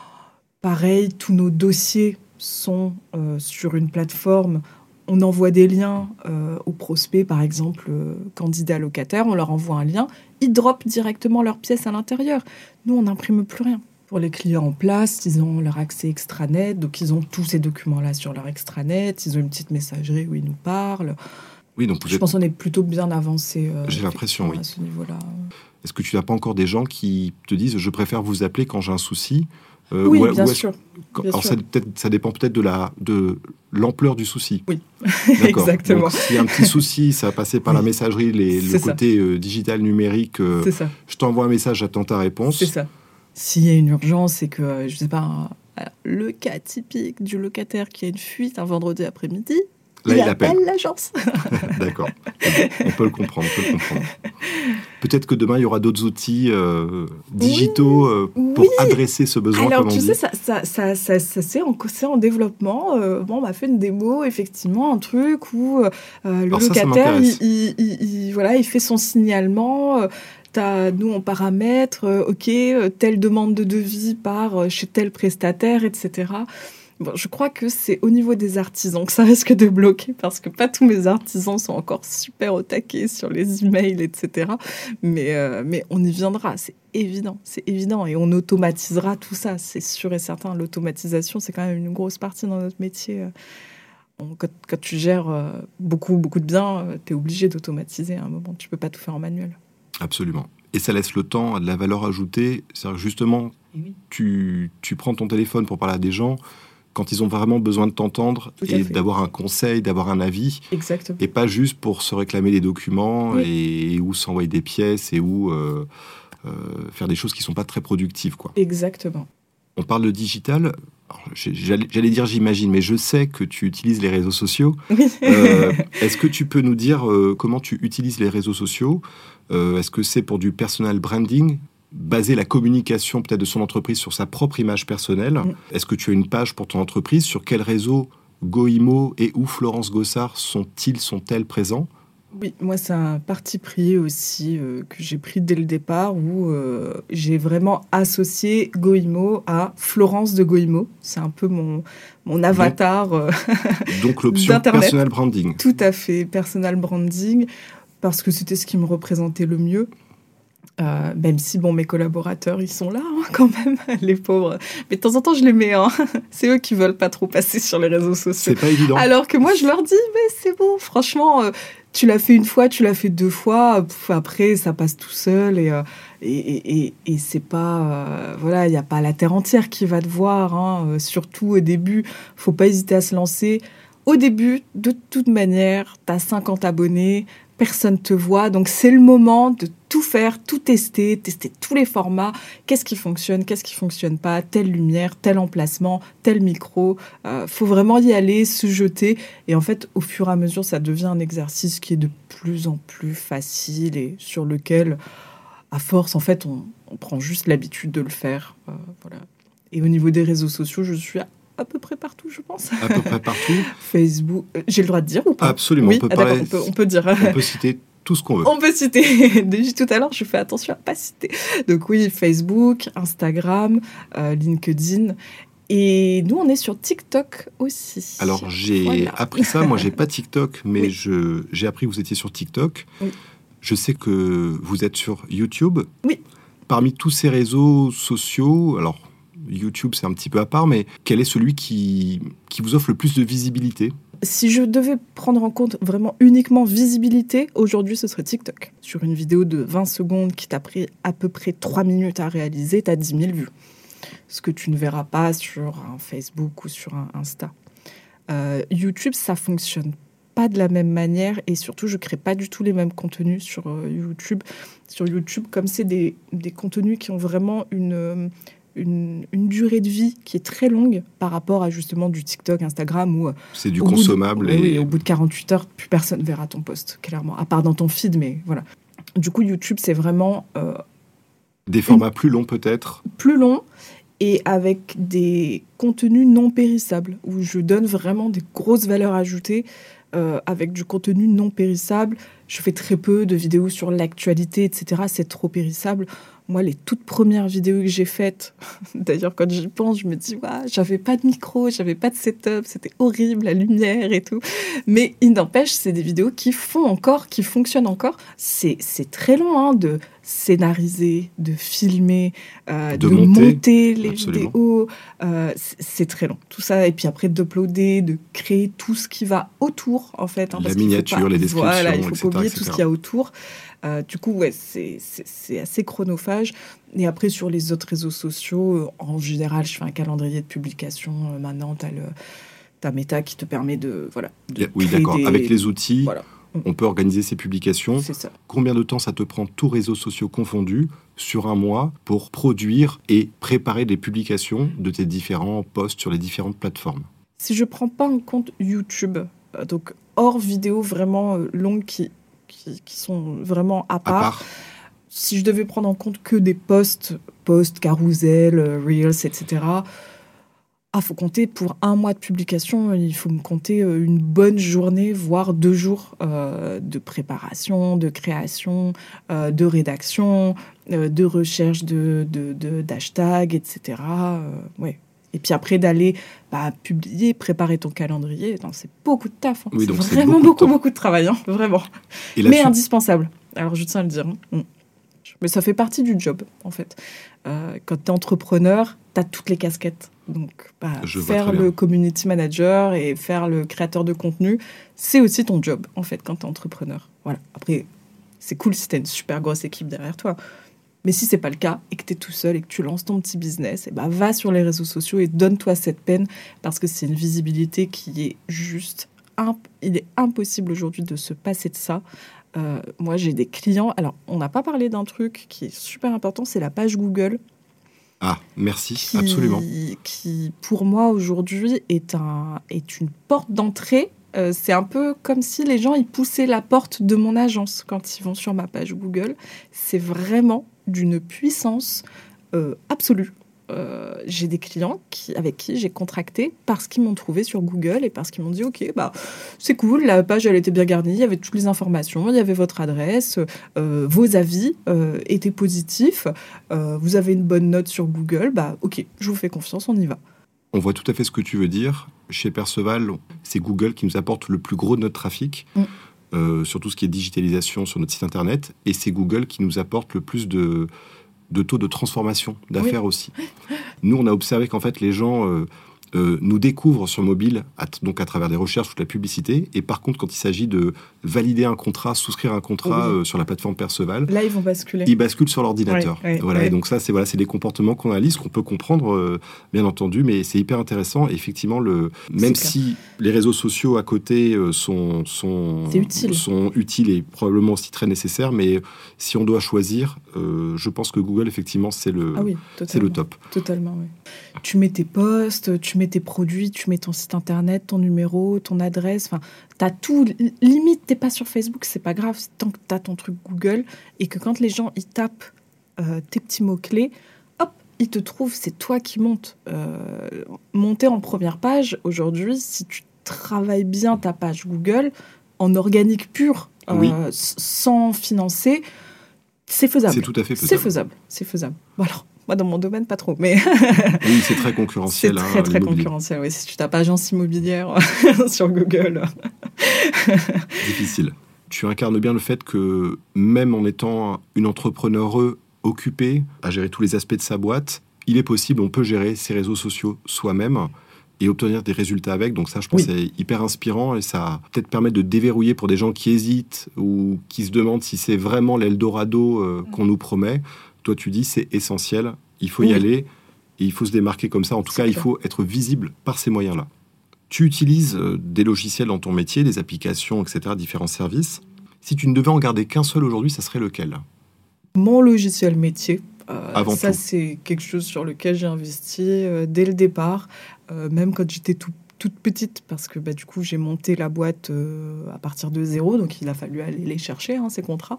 Pareil, tous nos dossiers sont euh, sur une plateforme. On envoie des liens euh, aux prospects, par exemple, euh, candidats locataires, on leur envoie un lien, ils dropent directement leurs pièces à l'intérieur. Nous, on n'imprime plus rien. Pour les clients en place, ils ont leur accès extranet, donc ils ont tous ces documents-là sur leur extranet, ils ont une petite messagerie où ils nous parlent. Oui, donc vous Je êtes... pense qu'on est plutôt bien avancé euh, J'ai l'impression, oui. à ce niveau-là. Est-ce que tu n'as pas encore des gens qui te disent « je préfère vous appeler quand j'ai un souci » Euh, oui, bien sûr. Quand, bien alors sûr. Ça, peut-être, ça dépend peut-être de, la, de l'ampleur du souci. Oui, d'accord. Exactement. Donc, s'il y a un petit souci, ça va passer par oui. la messagerie, les, le C'est côté euh, digital, numérique. Euh, C'est ça. Je t'envoie un message, j'attends ta réponse. C'est ça. S'il y a une urgence et que, je ne sais pas, un, le cas typique du locataire qui a une fuite un vendredi après-midi, Là, il, il appelle, appelle l'agence. D'accord. On peut le comprendre, on peut le comprendre. Peut-être que demain, il y aura d'autres outils euh, digitaux euh, pour oui. adresser ce besoin, Alors, comme on tu dit. sais, ça, ça, ça, ça, ça c'est, en, c'est en développement. Euh, bon, on m'a fait une démo, effectivement, un truc où euh, le Alors locataire, ça, ça il, il, il, il, voilà, il fait son signalement. Euh, T'as, nous, on paramètre, euh, OK, euh, telle demande de devis par euh, chez tel prestataire, et cetera. Bon, je crois que c'est au niveau des artisans que ça risque de bloquer parce que pas tous mes artisans sont encore super au taquet sur les emails, et cetera. Mais, euh, mais on y viendra, c'est évident, c'est évident. Et on automatisera tout ça, c'est sûr et certain. L'automatisation, c'est quand même une grosse partie dans notre métier. Quand, quand tu gères beaucoup, beaucoup de biens, tu es obligé d'automatiser à un moment. Tu peux pas tout faire en manuel. Absolument. Et ça laisse le temps à de la valeur ajoutée. C'est-à-dire justement, oui. tu, tu prends ton téléphone pour parler à des gens quand ils ont vraiment besoin de t'entendre et fait. d'avoir un conseil, d'avoir un avis. Exactement. Et pas juste pour se réclamer des documents oui. et, et où s'envoyer des pièces et où euh, euh, faire des choses qui ne sont pas très productives, quoi. Exactement. On parle de digital. Alors, j'allais, j'allais dire j'imagine, mais je sais que tu utilises les réseaux sociaux. Oui. euh, est-ce que tu peux nous dire euh, comment tu utilises les réseaux sociaux ? euh, Est-ce que c'est pour du personal branding ? Baser la communication peut-être de son entreprise sur sa propre image personnelle. Mmh. Est-ce que tu as une page pour ton entreprise ? Sur quel réseau Goimo et ou Florence Gossard sont-ils, sont-elles présents ? Oui, moi c'est un parti pris aussi euh, que j'ai pris dès le départ où euh, j'ai vraiment associé Goimo à Florence de Goimo. C'est un peu mon, mon avatar donc, euh, donc l'option d'Internet. Personal branding. Tout à fait, personal branding, parce que c'était ce qui me représentait le mieux. Euh, même si, bon, mes collaborateurs, ils sont là, hein, quand même, les pauvres. Mais de temps en temps, je les mets. Hein. C'est eux qui veulent pas trop passer sur les réseaux sociaux. C'est pas évident. Alors que moi, je leur dis, mais c'est bon, franchement, euh, tu l'as fait une fois, tu l'as fait deux fois. Pff, après, ça passe tout seul. Et, euh, et, et, et, et c'est pas... Euh, voilà, il n'y a pas la terre entière qui va te voir. Hein. Euh, surtout au début, faut pas hésiter à se lancer. Au début, de toute manière, tu as cinquante abonnés, personne te voit. Donc, c'est le moment de tout faire, tout tester, tester tous les formats. Qu'est-ce qui fonctionne, qu'est-ce qui ne fonctionne pas, telle lumière, tel emplacement, tel micro. Il euh, faut vraiment y aller, se jeter. Et en fait, au fur et à mesure, ça devient un exercice qui est de plus en plus facile et sur lequel, à force, en fait, on, on prend juste l'habitude de le faire. Euh, voilà. Et au niveau des réseaux sociaux, je suis à à peu près partout, je pense. À peu près partout. Facebook. J'ai le droit de dire ou pas? Absolument. Oui, on, peut ah, parler... on, peut, on peut dire. On peut citer tout ce qu'on veut. On peut citer. Depuis tout à l'heure, je fais attention à ne pas citer. Donc oui, Facebook, Instagram, euh, LinkedIn. Et nous, on est sur TikTok aussi. Alors, j'ai voilà. appris ça. Moi, je n'ai pas TikTok, mais oui. je, j'ai appris que vous étiez sur TikTok. Oui. Je sais que vous êtes sur YouTube. Oui. Parmi tous ces réseaux sociaux, alors... YouTube, c'est un petit peu à part, mais quel est celui qui, qui vous offre le plus de visibilité? Si je devais prendre en compte vraiment uniquement visibilité, aujourd'hui, ce serait TikTok. Sur une vidéo de vingt secondes qui t'a pris à peu près trois minutes à réaliser, tu as dix mille vues. Ce que tu ne verras pas sur un Facebook ou sur un Insta. Euh, YouTube, ça fonctionne pas de la même manière et surtout, je crée pas du tout les mêmes contenus sur euh, YouTube. Sur YouTube, comme c'est des, des contenus qui ont vraiment une... Euh, Une, une durée de vie qui est très longue par rapport à justement du TikTok, Instagram où c'est du consommable de, et... oui, au bout de quarante-huit heures plus personne verra ton post clairement, à part dans ton feed, mais voilà. Du coup YouTube c'est vraiment euh, des formats une... plus longs peut-être plus longs et avec des contenus non périssables où je donne vraiment des grosses valeurs ajoutées euh, avec du contenu non périssable. Je fais très peu de vidéos sur l'actualité, et cetera. C'est trop périssable. Moi, les toutes premières vidéos que j'ai faites, d'ailleurs, quand j'y pense, je me dis, ouais, j'avais pas de micro, j'avais pas de setup, c'était horrible, la lumière et tout. Mais il n'empêche, c'est des vidéos qui font encore, qui fonctionnent encore. C'est, c'est très long hein, de scénariser, de filmer, euh, de, de monter, monter les Absolument. vidéos. Euh, c'est, c'est très long. Tout ça, et puis après, d'uploader, de créer tout ce qui va autour, en fait. Hein, la miniature, pas, les descriptions, voilà, il faut et cetera, pas oublier et cetera. tout ce qu'il y a autour. Euh, du coup, ouais, c'est, c'est, c'est assez chronophage. Et après, sur les autres réseaux sociaux, euh, en général, je fais un calendrier de publication. Euh, maintenant, tu as le t'as Meta qui te permet de... Voilà, de oui, d'accord. Des... Avec les outils, voilà. on peut organiser ses publications. C'est ça. Combien de temps ça te prend, tous réseaux sociaux confondus, sur un mois, pour produire et préparer des publications de tes différents posts sur les différentes plateformes? Si je ne prends pas en compte YouTube, euh, donc hors vidéos vraiment euh, longues qui... Qui, qui sont vraiment à part. à part. Si je devais prendre en compte que des posts, posts, carousel, reels, et cetera, ah, faut compter pour un mois de publication, il faut me compter une bonne journée, voire deux jours euh, de préparation, de création, euh, de rédaction, euh, de recherche de, de, de, d'hashtags, et cetera. Euh, ouais. Et puis après, d'aller bah, publier, préparer ton calendrier, non, c'est beaucoup de taf. Hein. Oui, donc c'est, c'est vraiment beaucoup, beaucoup, de beaucoup de travail, hein, vraiment. Et Mais suite... indispensable. Alors, je tiens à le dire. Hein. Mais ça fait partie du job, en fait. Euh, quand tu es entrepreneur, tu as toutes les casquettes. Donc, bah, faire le community manager et faire le créateur de contenu, c'est aussi ton job, en fait, quand tu es entrepreneur. Voilà. Après, c'est cool si tu as une super grosse équipe derrière toi. Mais si c'est pas le cas et que tu es tout seul et que tu lances ton petit business, et ben va sur les réseaux sociaux et donne-toi cette peine parce que c'est une visibilité qui est juste... Imp- il est impossible aujourd'hui de se passer de ça. Euh, moi, j'ai des clients... Alors, on n'a pas parlé d'un truc qui est super important, c'est la page Google. Ah, merci, qui, absolument. Qui, pour moi, aujourd'hui, est, un, est une porte d'entrée. Euh, c'est un peu comme si les gens ils poussaient la porte de mon agence quand ils vont sur ma page Google. C'est vraiment d'une puissance euh, absolue. Euh, j'ai des clients qui, avec qui j'ai contracté parce qu'ils m'ont trouvé sur Google et parce qu'ils m'ont dit « Ok, bah, c'est cool, la page elle était bien garnie, il y avait toutes les informations, il y avait votre adresse, euh, vos avis euh, étaient positifs, euh, vous avez une bonne note sur Google, bah, ok, je vous fais confiance, on y va. » On voit tout à fait ce que tu veux dire. Chez Perceval, c'est Google qui nous apporte le plus gros de notre trafic. Mm. euh, sur tout ce qui est digitalisation sur notre site internet, et c'est Google qui nous apporte le plus de, de taux de transformation d'affaires oui. aussi. Nous, on a observé qu'en fait, les gens euh, euh, nous découvrent sur mobile, à, donc à travers des recherches ou de la publicité, et par contre, quand il s'agit de valider un contrat, souscrire un contrat oui. euh, sur la plateforme Perceval, là, ils vont basculer. Ils basculent sur l'ordinateur. Oui, oui, voilà, oui. Et donc ça, c'est, voilà, c'est des comportements qu'on analyse, qu'on peut comprendre, euh, bien entendu, mais c'est hyper intéressant. Et effectivement, le, même c'est si clair. Les réseaux sociaux à côté euh, sont, sont, utile. sont utiles et probablement aussi très nécessaires, mais si on doit choisir, euh, je pense que Google, effectivement, c'est le, ah oui, c'est le top. Totalement, oui. Tu mets tes posts, tu mets tes produits, tu mets ton site internet, ton numéro, ton adresse, enfin, t'as tout. Limite, t'es pas sur Facebook, c'est pas grave, tant que t'as ton truc Google, et que quand les gens, ils tapent euh, tes petits mots-clés, hop, ils te trouvent, c'est toi qui montes. Euh, monter en première page, aujourd'hui, si tu travailles bien ta page Google, en organique pur, euh, oui. sans financer, c'est faisable. C'est tout à fait faisable. C'est faisable, c'est faisable. Bon alors, moi, dans mon domaine, pas trop, mais... oui, c'est très concurrentiel. C'est très, hein, très concurrentiel, oui. Si tu tapes agence immobilière sur Google... Difficile. Tu incarnes bien le fait que, même en étant une entrepreneure occupée à gérer tous les aspects de sa boîte, il est possible, on peut gérer ses réseaux sociaux soi-même et obtenir des résultats avec. Donc ça, je pense, oui. c'est hyper inspirant et ça peut-être permet de déverrouiller pour des gens qui hésitent ou qui se demandent si c'est vraiment l'Eldorado euh, qu'on nous promet. Toi, tu dis, c'est essentiel, il faut y oui. aller et il faut se démarquer comme ça. En tout c'est cas, clair. Il faut être visible par ces moyens-là. Tu utilises euh, des logiciels dans ton métier, des applications, et cetera, différents services. Si tu ne devais en garder qu'un seul aujourd'hui, ça serait lequel ? Mon logiciel métier. Euh, Avant ça, tout. C'est quelque chose sur lequel j'ai investi euh, dès le départ, euh, même quand j'étais tout, toute petite, parce que bah, du coup, j'ai monté la boîte euh, à partir de zéro, donc il a fallu aller les chercher, hein, ces contrats.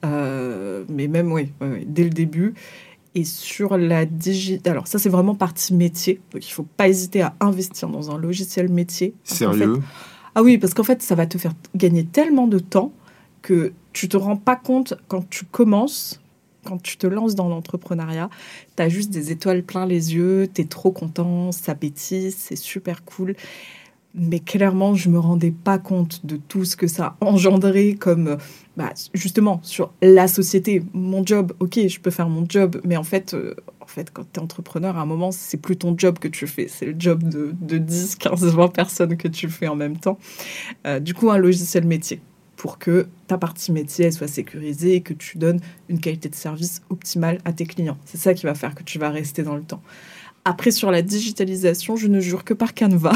Euh, mais même, oui, ouais, ouais, dès le début. Et sur la digi... Alors, ça, c'est vraiment partie métier. Donc, il ne faut pas hésiter à investir dans un logiciel métier. Sérieux ? Fait... Ah oui, parce qu'en fait, ça va te faire gagner tellement de temps que tu ne te rends pas compte quand tu commences, quand tu te lances dans l'entrepreneuriat, tu as juste des étoiles plein les yeux, tu es trop content, ça pétille, c'est super cool. Mais clairement, je ne me rendais pas compte de tout ce que ça a engendré comme, bah, justement, sur la société. Mon job, ok, je peux faire mon job, mais en fait, euh, en fait quand tu es entrepreneur, à un moment, c'est plus ton job que tu fais, c'est le job de, de dix, quinze, vingt personnes que tu fais en même temps. Euh, du coup, un logiciel métier pour que ta partie métier elle soit sécurisée et que tu donnes une qualité de service optimale à tes clients. C'est ça qui va faire que tu vas rester dans le temps. Après, sur la digitalisation, je ne jure que par Canva.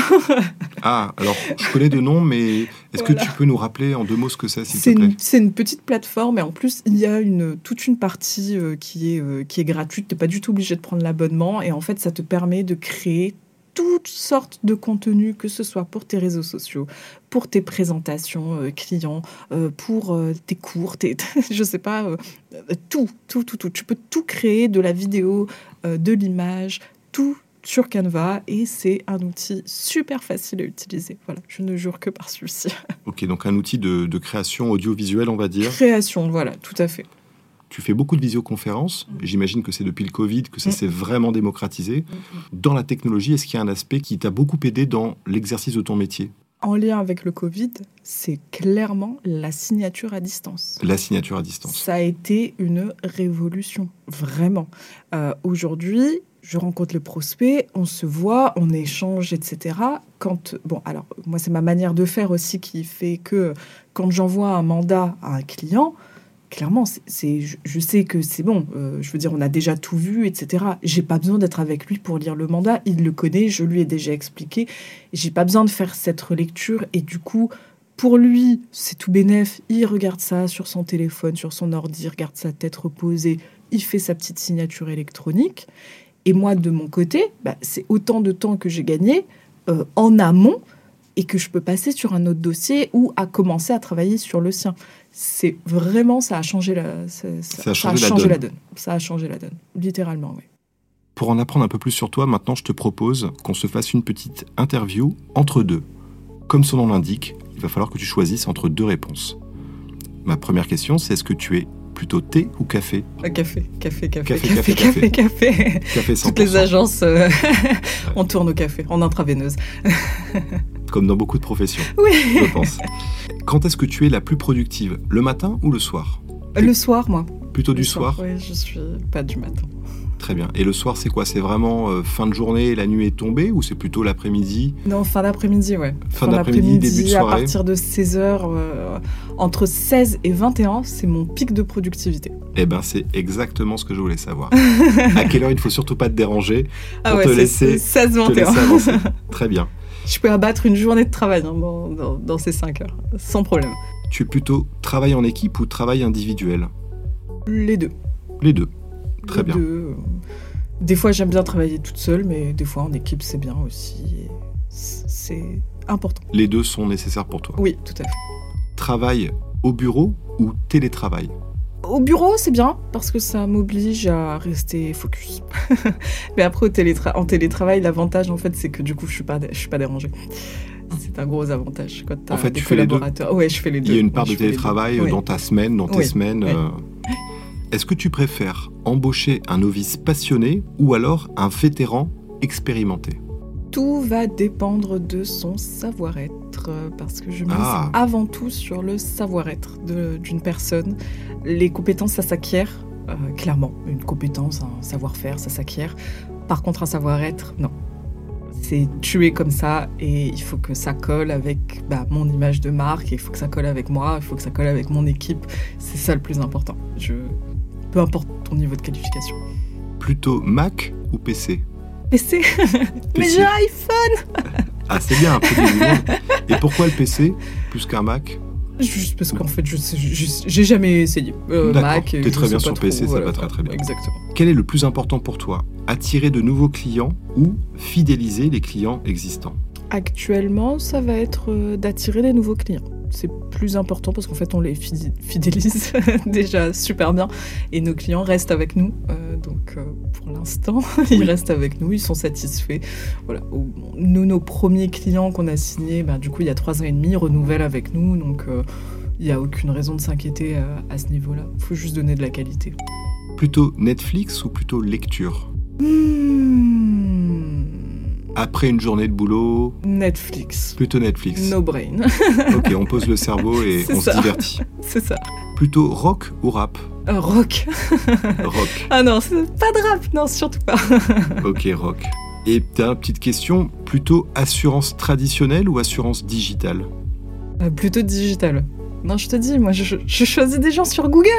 Ah, alors, je connais de nom, mais est-ce voilà. que tu peux nous rappeler en deux mots ce que c'est, s'il c'est te plaît ? une, C'est une petite plateforme, et en plus, il y a une, toute une partie euh, qui, est, euh, qui est gratuite. Tu n'es pas du tout obligé de prendre l'abonnement, et en fait, ça te permet de créer toutes sortes de contenus, que ce soit pour tes réseaux sociaux, pour tes présentations euh, clients, euh, pour euh, tes cours, tes, je sais pas, euh, tout, tout, tout, tout. Tu peux tout créer, de la vidéo, euh, de l'image, tout sur Canva, et c'est un outil super facile à utiliser. Voilà, je ne jure que par celui-ci. Ok, donc un outil de, de création audiovisuelle, on va dire. Création, voilà, tout à fait. Tu fais beaucoup de visioconférences. Mmh. J'imagine que c'est depuis le Covid que ça mmh. s'est vraiment démocratisé. Mmh. Dans la technologie, est-ce qu'il y a un aspect qui t'a beaucoup aidé dans l'exercice de ton métier ? En lien avec le Covid, c'est clairement la signature à distance. La signature à distance. Ça a été une révolution, vraiment. Euh, aujourd'hui, je rencontre le prospect, on se voit, on échange, et cetera. Quand, bon, alors, moi, c'est ma manière de faire aussi qui fait que quand j'envoie un mandat à un client, clairement, c'est, c'est, je, je sais que c'est bon. Euh, je veux dire, on a déjà tout vu, et cetera. J'ai pas besoin d'être avec lui pour lire le mandat. Il le connaît, je lui ai déjà expliqué. J'ai pas besoin de faire cette relecture. Et du coup, pour lui, c'est tout bénef. Il regarde ça sur son téléphone, sur son ordi, il regarde sa tête reposée. Il fait sa petite signature électronique. Et moi, de mon côté, bah, c'est autant de temps que j'ai gagné euh, en amont et que je peux passer sur un autre dossier ou à commencer à travailler sur le sien. C'est vraiment, ça a changé la, ça, ça a changé, ça a la, changé donne. la donne. Ça a changé la donne, littéralement, oui. Pour en apprendre un peu plus sur toi, maintenant, je te propose qu'on se fasse une petite interview entre deux. Comme son nom l'indique, il va falloir que tu choisisses entre deux réponses. Ma première question, c'est est-ce que tu es plutôt thé ou café ? Café, café, café, café, café, café, café. Café cent pour cent. Toutes les agences, euh, on tourne au café, en intraveineuse. comme dans beaucoup de professions, Oui. je pense. Quand est-ce que tu es la plus productive, le matin ou le soir ? Le soir, moi. Plutôt Le du soir, Oui, je suis pas du matin. Très bien. Et le soir, c'est quoi ? C'est vraiment euh, fin de journée, la nuit est tombée, ou c'est plutôt l'après-midi ? Non, fin d'après-midi, ouais. Fin, fin d'après-midi, début de soirée. À partir de seize heures, euh, entre seize et vingt et un, c'est mon pic de productivité. Eh ben, c'est exactement ce que je voulais savoir. À quelle heure il ne faut surtout pas te déranger pour ah ouais, te c'est, laisser, c'est seize vingt et un. te laisser avancer. Très bien. Je peux abattre une journée de travail hein, dans, dans, dans ces cinq heures, sans problème. Tu es plutôt travail en équipe ou travail individuel ? Les deux. Les deux. Très Les bien. Deux. Des fois, j'aime bien travailler toute seule, mais des fois, en équipe, c'est bien aussi. C'est important. Les deux sont nécessaires pour toi ? Oui, tout à fait. Travail au bureau ou télétravail ? Au bureau, c'est bien, parce que ça m'oblige à rester focus. Mais après, au télétra- en télétravail, l'avantage, en fait, c'est que du coup, je suis pas, je suis pas dérangée. C'est un gros avantage. Quand t'as en fait, des tu fais les deux ? Ouais, je fais les deux. Il y a une part ouais, de télétravail oui. dans ta semaine, dans tes oui. semaines. Oui. Euh... Est-ce que tu préfères embaucher un novice passionné ou alors un vétéran expérimenté ? Tout va dépendre de son savoir-être, parce que je mise Ah. avant tout sur le savoir-être de, d'une personne. Les compétences, ça s'acquiert, euh, clairement. Une compétence, un savoir-faire, ça s'acquiert. Par contre, un savoir-être, non. C'est tué comme ça, et il faut que ça colle avec bah, mon image de marque, et il faut que ça colle avec moi, il faut que ça colle avec mon équipe. C'est ça le plus important. Je... Peu importe ton niveau de qualification. Plutôt Mac ou P C ? P C Mais j'ai un iPhone. Ah, c'est bien, un peu des millions. Et pourquoi le P C plus qu'un Mac ? Juste parce qu'en fait, je sais, je, j'ai jamais essayé. Euh, D'accord, Mac, t'es je très bien sais sur pas P trop, C, ça voilà, va très très bien. Exactement. Quel est le plus important pour toi ? Attirer de nouveaux clients ou fidéliser les clients existants ? Actuellement, ça va être euh, d'attirer des nouveaux clients. C'est plus important parce qu'en fait, on les fid- fidélise déjà super bien et nos clients restent avec nous. Euh, donc, euh, pour l'instant, ils Oui. restent avec nous, ils sont satisfaits. Voilà. Nous, nos premiers clients qu'on a signés, ben, du coup, il y a trois ans et demi, ils renouvellent avec nous. Donc, euh, il n'y a aucune raison de s'inquiéter euh, à ce niveau-là. Il faut juste donner de la qualité. Plutôt Netflix ou plutôt lecture ? Mmh. Après une journée de boulot, Netflix. plutôt Netflix. No brain. Ok, on pose le cerveau et C'est on ça. se divertit. C'est ça. Plutôt rock ou rap ? Euh, rock. Rock. Ah non, c'est pas de rap, non, surtout pas. Ok, rock. Et dernière petite question, plutôt assurance traditionnelle ou assurance digitale ? Euh, plutôt digital. Non, je te dis, moi, je, je choisis des gens sur Google.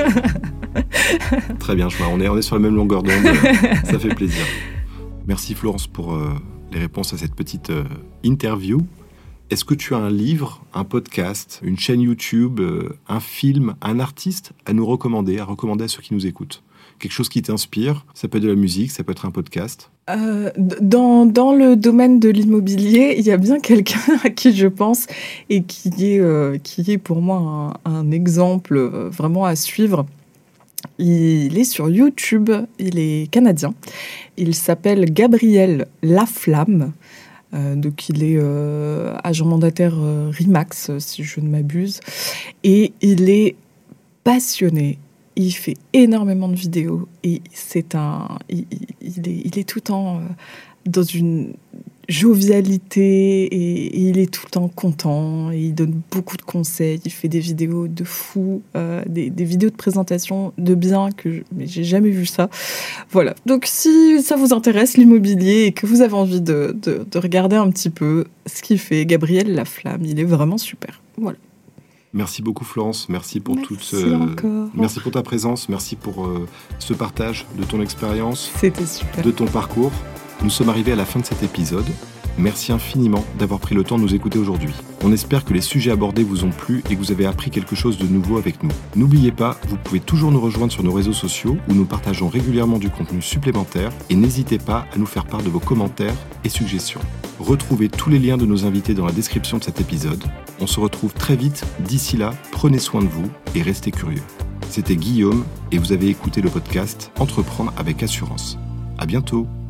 Très bien, je vois, on est, on est sur la même longueur d'onde, ça fait plaisir. Merci Florence pour euh, les réponses à cette petite euh, interview. Est-ce que tu as un livre, un podcast, une chaîne YouTube, euh, un film, un artiste à nous recommander, à recommander à ceux qui nous écoutent ? Quelque chose qui t'inspire ? Ça peut être de la musique, ça peut être un podcast. Euh, dans, dans le domaine de l'immobilier, il y a bien quelqu'un à qui je pense et qui est, euh, qui est pour moi un, un exemple euh, vraiment à suivre. Il est sur YouTube, il est canadien. Il s'appelle Gabriel Laflamme. Euh, donc il est euh, agent mandataire euh, Remax, si je ne m'abuse. Et il est passionné. Il fait énormément de vidéos et c'est un, il, il, est, il est tout le temps dans une jovialité et, et il est tout le temps content. Et il donne beaucoup de conseils. Il fait des vidéos de fou, euh, des, des vidéos de présentation de biens que je, mais j'ai jamais vu ça. Voilà. Donc si ça vous intéresse l'immobilier et que vous avez envie de, de, de regarder un petit peu ce qu'il fait, Gabriel Laflamme, il est vraiment super. Voilà. Merci beaucoup Florence, merci pour Merci toute, euh, encore. merci pour ta présence, merci pour euh, ce partage de ton expérience, C'était super. de ton parcours. Nous sommes arrivés à la fin de cet épisode. Merci infiniment d'avoir pris le temps de nous écouter aujourd'hui. On espère que les sujets abordés vous ont plu et que vous avez appris quelque chose de nouveau avec nous. N'oubliez pas, vous pouvez toujours nous rejoindre sur nos réseaux sociaux où nous partageons régulièrement du contenu supplémentaire et n'hésitez pas à nous faire part de vos commentaires et suggestions. Retrouvez tous les liens de nos invités dans la description de cet épisode. On se retrouve très vite. D'ici là, prenez soin de vous et restez curieux. C'était Guillaume et vous avez écouté le podcast Entreprendre avec assurance. À bientôt.